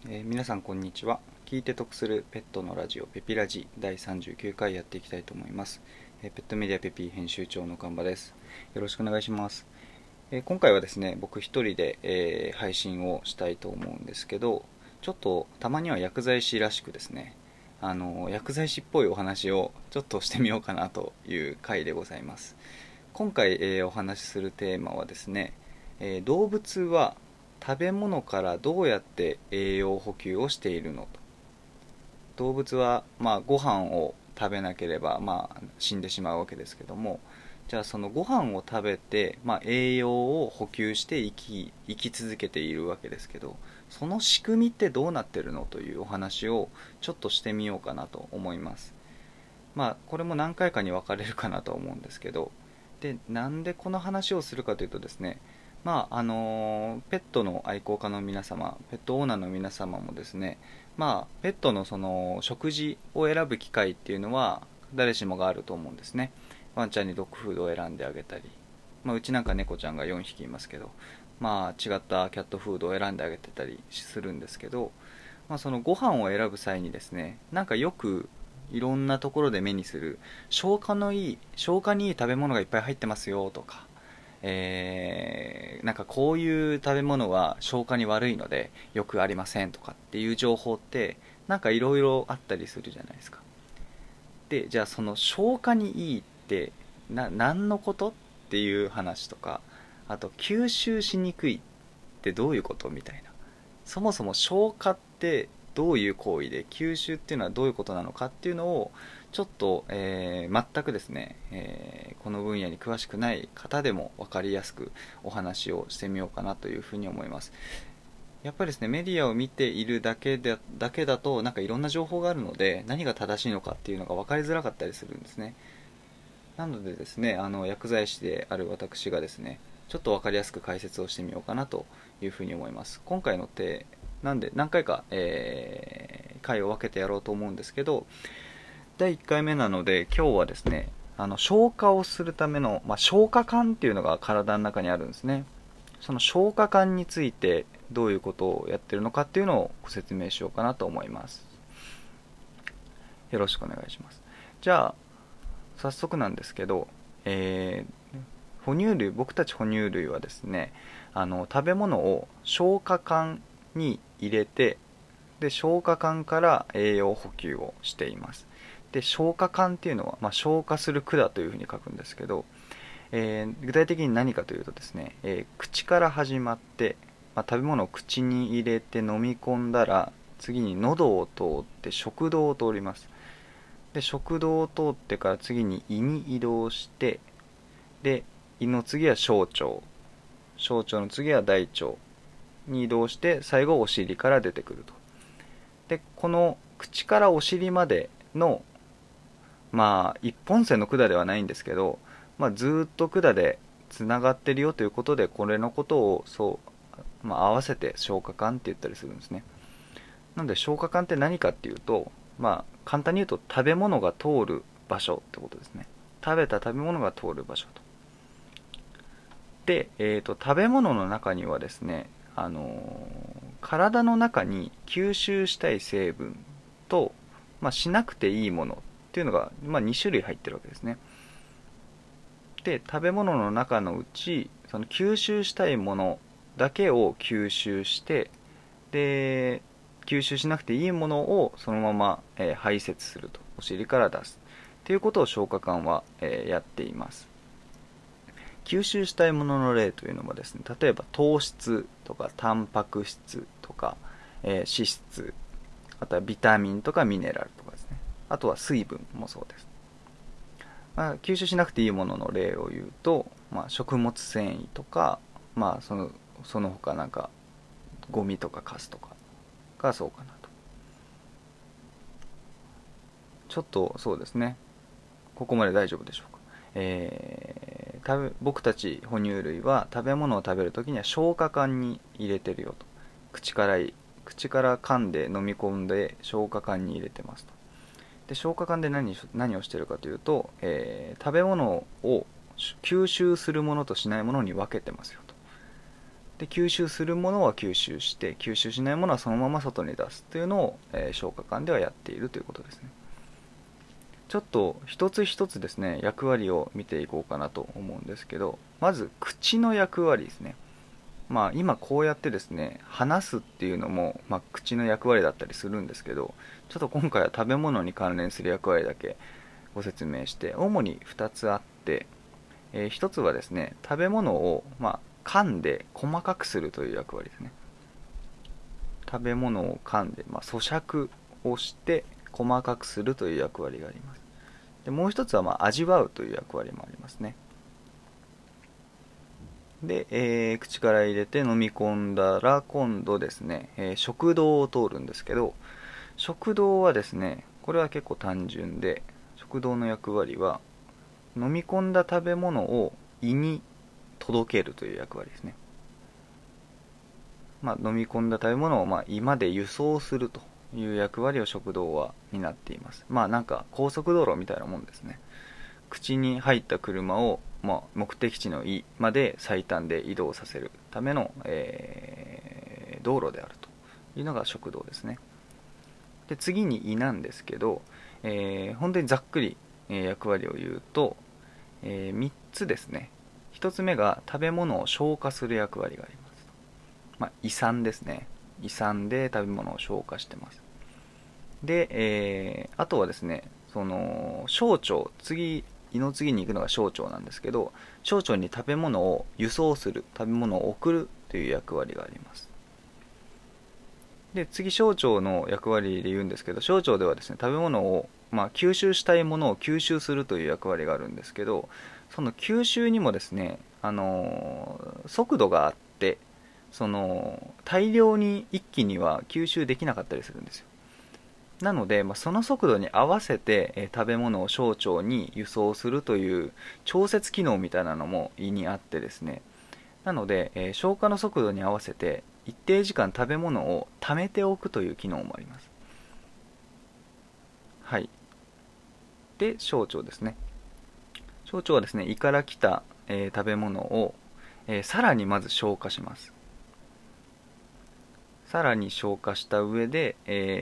皆さんこんにちは。聞いて得するペットのラジオペピラジ第39回やっていきたいと思います。ペットメディアペピ編集長の神場です。よろしくお願いします。今回はですね、僕一人で、配信をしたいと思うんですけど、ちょっとたまには薬剤師らしくですね、薬剤師っぽいお話をちょっとしてみようかなという回でございます。今回、お話しするテーマはですね、動物は食べ物からどうやって栄養補給をしているのと。動物は、ご飯を食べなければ、死んでしまうわけですけども、じゃあそのご飯を食べて、栄養を補給して生き続けているわけですけど、その仕組みってどうなってるのというお話をちょっとしてみようかなと思います。これも何回かに分かれるかなと思うんですけど、でなんでこの話をするかというとですね、ペットの愛好家の皆様、ペットオーナーの皆様もですね、ペットのその食事を選ぶ機会っていうのは誰しもがあると思うんですね。ワンちゃんにドッグフードを選んであげたり、うちなんか猫ちゃんが4匹いますけど、違ったキャットフードを選んであげてたりするんですけど、そのご飯を選ぶ際にですね、なんかよくいろんなところで目にする消化にいい食べ物がいっぱい入ってますよとか、なんかこういう食べ物は消化に悪いのでよくありませんとかっていう情報ってなんかいろいろあったりするじゃないですか。で、じゃあその消化にいいって何のことっていう話とか、あと吸収しにくいってどういうことみたいな、そもそも消化ってどういう行為で吸収っていうのはどういうことなのかっていうのをちょっと、全くですね、この分野に詳しくない方でも分かりやすくお話をしてみようかなというふうに思います。やっぱりですね、メディアを見ているだけだとなんかいろんな情報があるので何が正しいのかっていうのが分かりづらかったりするんですね。なのでですね、薬剤師である私がですね、ちょっと分かりやすく解説をしてみようかなというふうに思います。今回のなんで何回か、回を分けてやろうと思うんですけど、第1回目なので今日はですね、消化をするための、消化管っていうのが体の中にあるんですね。その消化管についてどういうことをやってるのかっていうのをご説明しようかなと思います。よろしくお願いします。じゃあ早速なんですけど、僕たち哺乳類はですね、食べ物を消化管に入れて、で消化管から栄養補給をしています。で消化管っていうのは、消化する管というふうに書くんですけど、具体的に何かというとですね、口から始まって、食べ物を口に入れて飲み込んだら次に喉を通って食道を通ります。で食道を通ってから次に胃に移動して、で胃の次は小腸、小腸の次は大腸に移動して、最後お尻から出てくると。でこの口からお尻までの一本線の管ではないんですけど、ずっと管でつながってるよということで、これのことを合わせて消化管って言ったりするんですね。なので消化管って何かっていうと、簡単に言うと食べ物が通る場所ってことですね。食べた食べ物が通る場所と。で、食べ物の中にはですね、体の中に吸収したい成分と、しなくていいものっていうのが、2種類入ってるわけですね。で食べ物の中のうちその吸収したいものだけを吸収して、で吸収しなくていいものをそのまま、排泄すると、お尻から出すっていうことを消化管は、やっています。吸収したいものの例というのはですね、例えば糖質とかタンパク質とか、脂質、あとはビタミンとかミネラルとかですね、あとは水分もそうです。吸収しなくていいものの例を言うと、食物繊維とか、その他なんかゴミとかカスとかがそうかなと。ちょっとそうですね、ここまで大丈夫でしょうか。僕たち哺乳類は食べ物を食べるときには消化管に入れてるよと。口から噛んで飲み込んで消化管に入れてますと。で消化管で何をしてるかというと、食べ物を吸収するものとしないものに分けてますよと。 で吸収するものは吸収して、吸収しないものはそのまま外に出すというのを、消化管ではやっているということですね。ちょっと一つ一つですね、役割を見ていこうかなと思うんですけど、まず口の役割ですね。今こうやってですね、話すっていうのも、口の役割だったりするんですけど、ちょっと今回は食べ物に関連する役割だけご説明して、主に2つあって、1つはですね、食べ物を、噛んで細かくするという役割ですね。食べ物を噛んで、咀嚼をして細かくするという役割があります。でもう一つは味わうという役割もありますね。で、口から入れて飲み込んだら今度ですね、食道を通るんですけど、食道はですね、これは結構単純で、食道の役割は飲み込んだ食べ物を胃に届けるという役割ですね。飲み込んだ食べ物を胃まで輸送するという役割を食道は担っています。なんか高速道路みたいなもんですね。口に入った車を、目的地の胃まで最短で移動させるための、道路であるというのが食道ですね。で次に胃なんですけど、本当にざっくり、役割を言うと、3つですね。1つ目が食べ物を消化する役割があります。胃酸ですね。胃酸で食べ物を消化してます。で、あとはですね、その小腸、胃の次に行くのが小腸なんですけど、小腸に食べ物を輸送する、食べ物を送るという役割があります。で次、小腸の役割で言うんですけど、小腸ではですね、食べ物を、吸収したいものを吸収するという役割があるんですけど、その吸収にもですね、速度があって、大量に一気には吸収できなかったりするんですよ。なので、その速度に合わせて、食べ物を小腸に輸送するという調節機能みたいなのも胃にあってですね、なので、消化の速度に合わせて一定時間食べ物を貯めておくという機能もあります。はい。で小腸ですね。小腸はですね、胃から来た、食べ物を、さらにまず消化します。さらに消化した上で、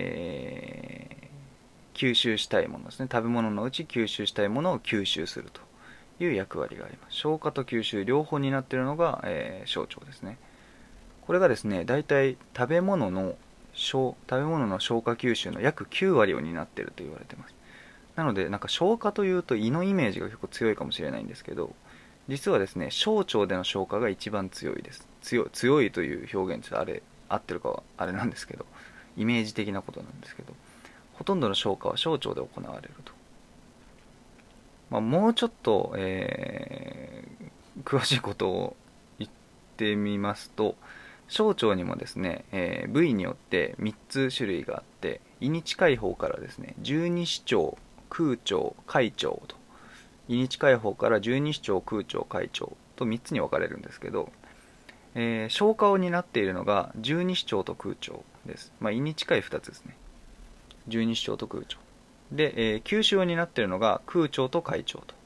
吸収したいものですね、食べ物のうち吸収したいものを吸収するという役割があります。消化と吸収両方になっているのが、小腸ですね。これがですね、だいたい食べ物の消化吸収の約9割を担っていると言われています。なので、なんか消化というと胃のイメージが結構強いかもしれないんですけど、実はですね、小腸での消化が一番強いです。強いという表現って合ってるかはあれなんですけど、イメージ的なことなんですけど、ほとんどの消化は小腸で行われると。もうちょっと、詳しいことを言ってみますと、小腸にもですね、部位によって3つ種類があって、胃に近い方からですね、十二指腸、空腸、快腸と、胃に近い方から十二指腸、空腸、快腸と3つに分かれるんですけど、消化を担っているのが十二指腸と空腸です。胃に近い2つですね。十二指腸と空腸で、吸収を担っているのが空腸と快腸と。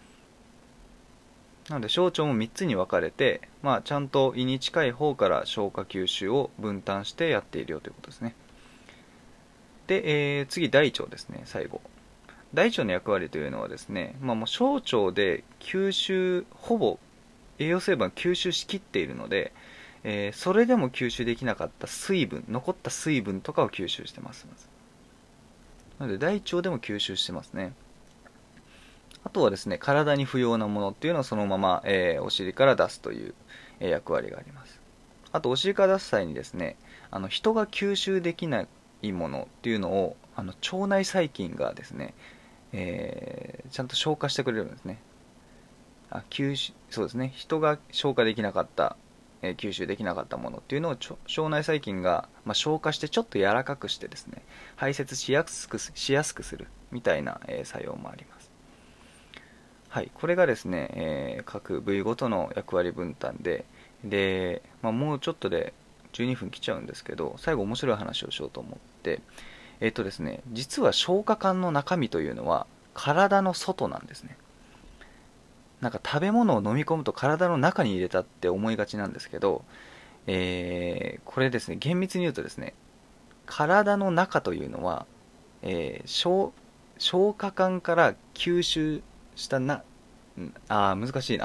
なので小腸も3つに分かれて、ちゃんと胃に近い方から消化吸収を分担してやっているよということですね。で、次大腸ですね。最後、大腸の役割というのはですね、もう小腸でほぼ栄養成分を吸収しきっているので、それでも吸収できなかった残った水分とかを吸収してます。なので大腸でも吸収してますね。あとはですね、体に不要なものっていうのをそのまま、お尻から出すという、役割があります。あとお尻から出す際にですね、人が吸収できないものっていうのを腸内細菌がですね、ちゃんと消化してくれるんですね。そうですね、人が消化できなかった、吸収できなかったものっていうのを腸内細菌が、消化してちょっと柔らかくしてですね、排泄しやすくするみたいな、作用もあります。はい、これがですね、各部位ごとの役割分担で、もうちょっとで12分来ちゃうんですけど、最後面白い話をしようと思って、ですね、実は消化管の中身というのは体の外なんですね。なんか食べ物を飲み込むと体の中に入れたって思いがちなんですけど、 これですね、厳密に言うとですね、体の中というのは、消化管から吸収した難しいな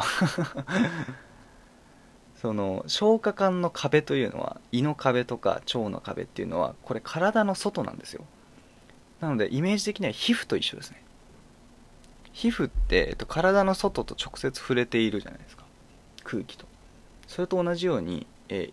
その消化管の壁というのは、胃の壁とか腸の壁っていうのは、これ体の外なんですよ。なのでイメージ的には皮膚と一緒ですね。皮膚って、体の外と直接触れているじゃないですか、空気と。それと同じように、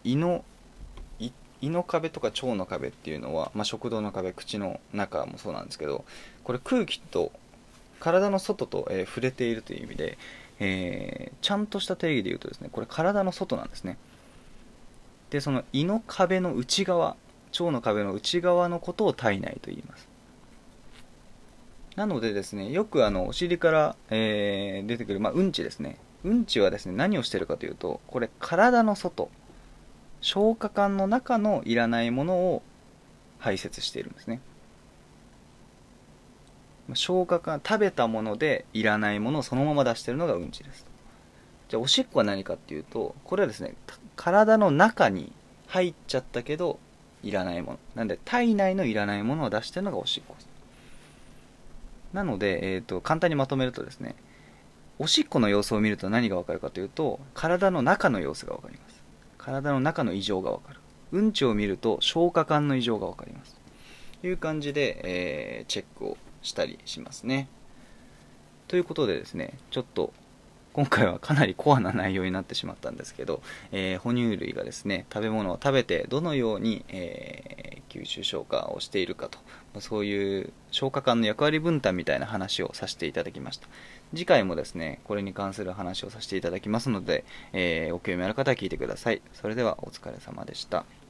胃の壁とか腸の壁っていうのは、食道の壁、口の中もそうなんですけど、これ空気と体の外と、触れているという意味で、ちゃんとした定義で言うとですね、これ体の外なんですね。で、その胃の壁の内側、腸の壁の内側のことを体内と言います。なのでですね、よくお尻から、出てくる、うんちですね。うんちはですね、何をしているかというと、これ体の外、消化管の中のいらないものを排泄しているんですね。消化管、食べたものでいらないものをそのまま出しているのがうんちです。じゃあおしっこは何かっていうと、これはですね、体の中に入っちゃったけどいらないものなんで、体内のいらないものを出しているのがおしっこです。なので、簡単にまとめるとですね、おしっこの様子を見ると何がわかるかというと、体の中の様子がわかります。体の中の異常がわかる。うんちを見ると消化管の異常がわかります。という感じで、チェックをしたりしますね。ということでですね、ちょっと今回はかなりコアな内容になってしまったんですけど、哺乳類がですね、食べ物を食べてどのように、吸収消化をしているかと、そういう消化管の役割分担みたいな話をさせていただきました。次回もですね、これに関する話をさせていただきますので、ご興味ある方は聞いてください。それではお疲れ様でした。